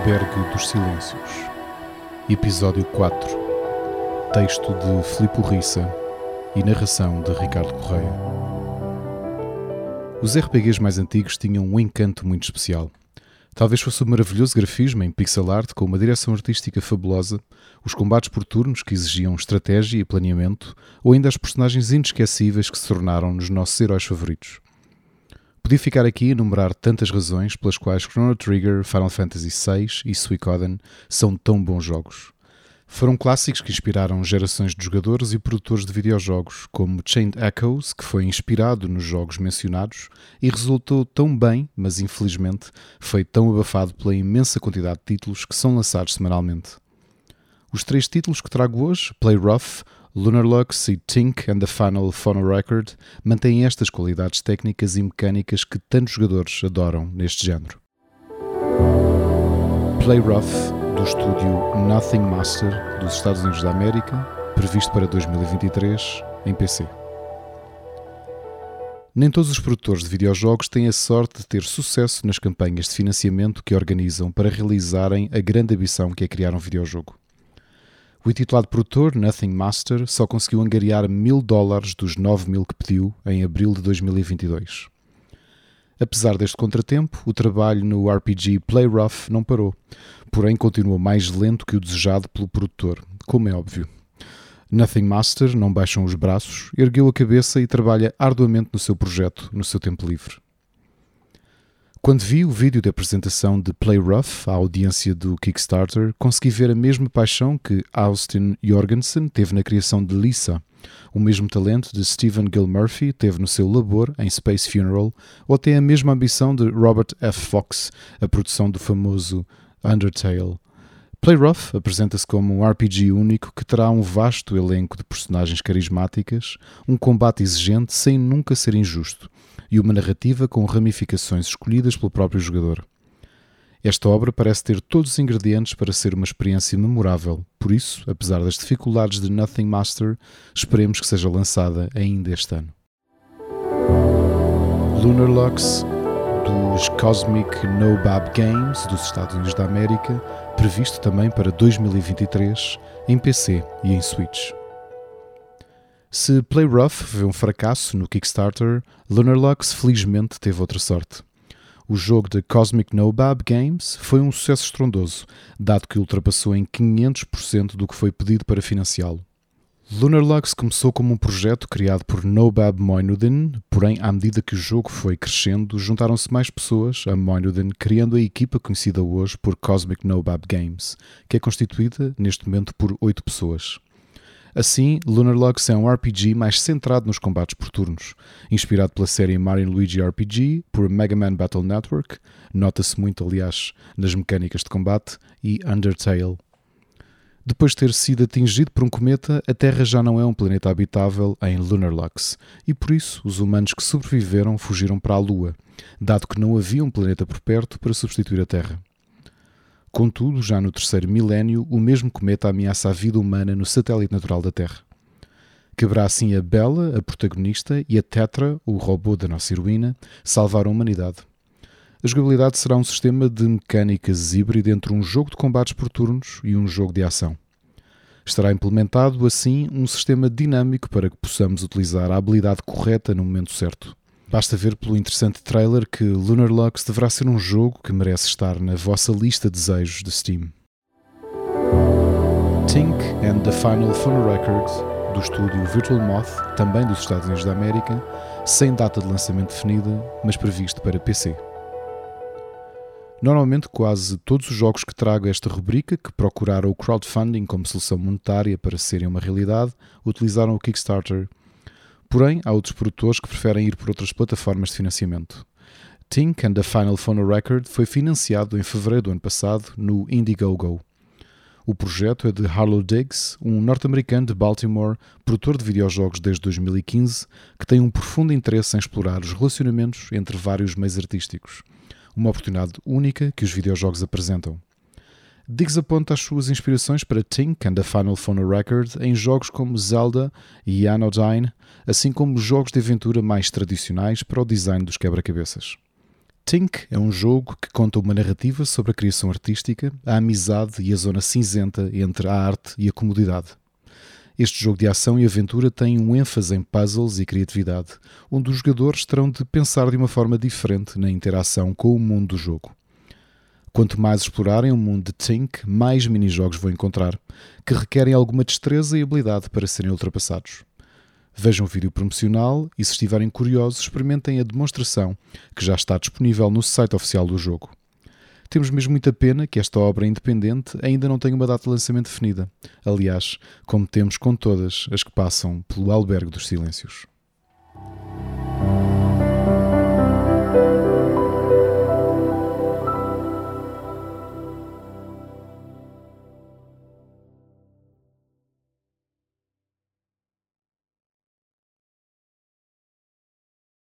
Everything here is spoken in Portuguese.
Albergue dos Silêncios. Episódio 4. Texto de Filipe Urriça e narração de Ricardo Correia. Os RPGs mais antigos tinham um encanto muito especial. Talvez fosse o maravilhoso grafismo em pixel art com uma direção artística fabulosa, os combates por turnos que exigiam estratégia e planeamento, ou ainda as personagens inesquecíveis que se tornaram nos nossos heróis favoritos. Podia ficar aqui a enumerar tantas razões pelas quais Chrono Trigger, Final Fantasy VI e Suikoden são tão bons jogos. Foram clássicos que inspiraram gerações de jogadores e produtores de videojogos, como Chained Echoes, que foi inspirado nos jogos mencionados e resultou tão bem, mas infelizmente foi tão abafado pela imensa quantidade de títulos que são lançados semanalmente. Os três títulos que trago hoje, Play Rough, Lunar Lux e Tink and the Final Phonorecord, mantêm estas qualidades técnicas e mecânicas que tantos jogadores adoram neste género. Play Rough, do estúdio Nothing Master dos Estados Unidos da América, previsto para 2023 em PC. Nem todos os produtores de videojogos têm a sorte de ter sucesso nas campanhas de financiamento que organizam para realizarem a grande ambição que é criar um videojogo. O intitulado produtor, Nothing Master, só conseguiu angariar $1.000 dos 9.000 que pediu em abril de 2022. Apesar deste contratempo, o trabalho no RPG Play Rough não parou, porém continua mais lento que o desejado pelo produtor, como é óbvio. Nothing Master não baixam os braços, ergueu a cabeça e trabalha arduamente no seu projeto, no seu tempo livre. Quando vi o vídeo de apresentação de Play Rough à audiência do Kickstarter, consegui ver a mesma paixão que Austin Jorgensen teve na criação de Lisa, o mesmo talento de Stephen Gilmurphy teve no seu labor em Space Funeral, ou até a mesma ambição de Robert F. Fox, a produção do famoso Undertale. Play Rough apresenta-se como um RPG único que terá um vasto elenco de personagens carismáticas, um combate exigente sem nunca ser injusto, e uma narrativa com ramificações escolhidas pelo próprio jogador. Esta obra parece ter todos os ingredientes para ser uma experiência memorável, por isso, apesar das dificuldades de Nothing Master, esperemos que seja lançada ainda este ano. Lunar Lux, dos Cosmic No-Bab Games dos Estados Unidos da América, previsto também para 2023 em PC e em Switch. Se Play Rough foi um fracasso no Kickstarter, Lunar Lux felizmente teve outra sorte. O jogo de Cosmic No-Bab Games foi um sucesso estrondoso, dado que ultrapassou em 500% do que foi pedido para financiá-lo. Lunar Lux começou como um projeto criado por No-Bab Moinuddin, porém, à medida que o jogo foi crescendo, juntaram-se mais pessoas a Moinuddin, criando a equipa conhecida hoje por Cosmic No-Bab Games, que é constituída, neste momento, por 8 pessoas. Assim, Lunar Lux é um RPG mais centrado nos combates por turnos, inspirado pela série Mario & Luigi RPG, por Mega Man Battle Network, nota-se muito, aliás, nas mecânicas de combate, e Undertale. Depois de ter sido atingido por um cometa, a Terra já não é um planeta habitável em Lunar Lux, e por isso os humanos que sobreviveram fugiram para a Lua, dado que não havia um planeta por perto para substituir a Terra. Contudo, já no terceiro milénio, o mesmo cometa ameaça a vida humana no satélite natural da Terra. Caberá assim a Bella, a protagonista, e a Tetra, o robô da nossa heroína, salvar a humanidade. A jogabilidade será um sistema de mecânicas híbrido entre um jogo de combates por turnos e um jogo de ação. Estará implementado, assim, um sistema dinâmico para que possamos utilizar a habilidade correta no momento certo. Basta ver pelo interessante trailer que Lunar Lux deverá ser um jogo que merece estar na vossa lista de desejos de Steam. Tink and the Final Phonorecord, do estúdio Virtual Moth, também dos Estados Unidos da América, sem data de lançamento definida, mas previsto para PC. Normalmente, quase todos os jogos que trago a esta rubrica, que procuraram o crowdfunding como solução monetária para serem uma realidade, utilizaram o Kickstarter. Porém, há outros produtores que preferem ir por outras plataformas de financiamento. Tink and the Final Phonorecord foi financiado em fevereiro do ano passado no Indiegogo. O projeto é de Harlow Diggs, um norte-americano de Baltimore, produtor de videojogos desde 2015, que tem um profundo interesse em explorar os relacionamentos entre vários meios artísticos. Uma oportunidade única que os videojogos apresentam. Diggs aponta as suas inspirações para Tink and the Final Phonorecord em jogos como Zelda e Anodyne, assim como jogos de aventura mais tradicionais para o design dos quebra-cabeças. Tink é um jogo que conta uma narrativa sobre a criação artística, a amizade e a zona cinzenta entre a arte e a comodidade. Este jogo de ação e aventura tem um ênfase em puzzles e criatividade, onde os jogadores terão de pensar de uma forma diferente na interação com o mundo do jogo. Quanto mais explorarem o mundo de Tink, mais minijogos vão encontrar, que requerem alguma destreza e habilidade para serem ultrapassados. Vejam o vídeo promocional e, se estiverem curiosos, experimentem a demonstração que já está disponível no site oficial do jogo. Temos mesmo muita pena que esta obra independente ainda não tenha uma data de lançamento definida. Aliás, como temos com todas as que passam pelo Albergue dos Silêncios.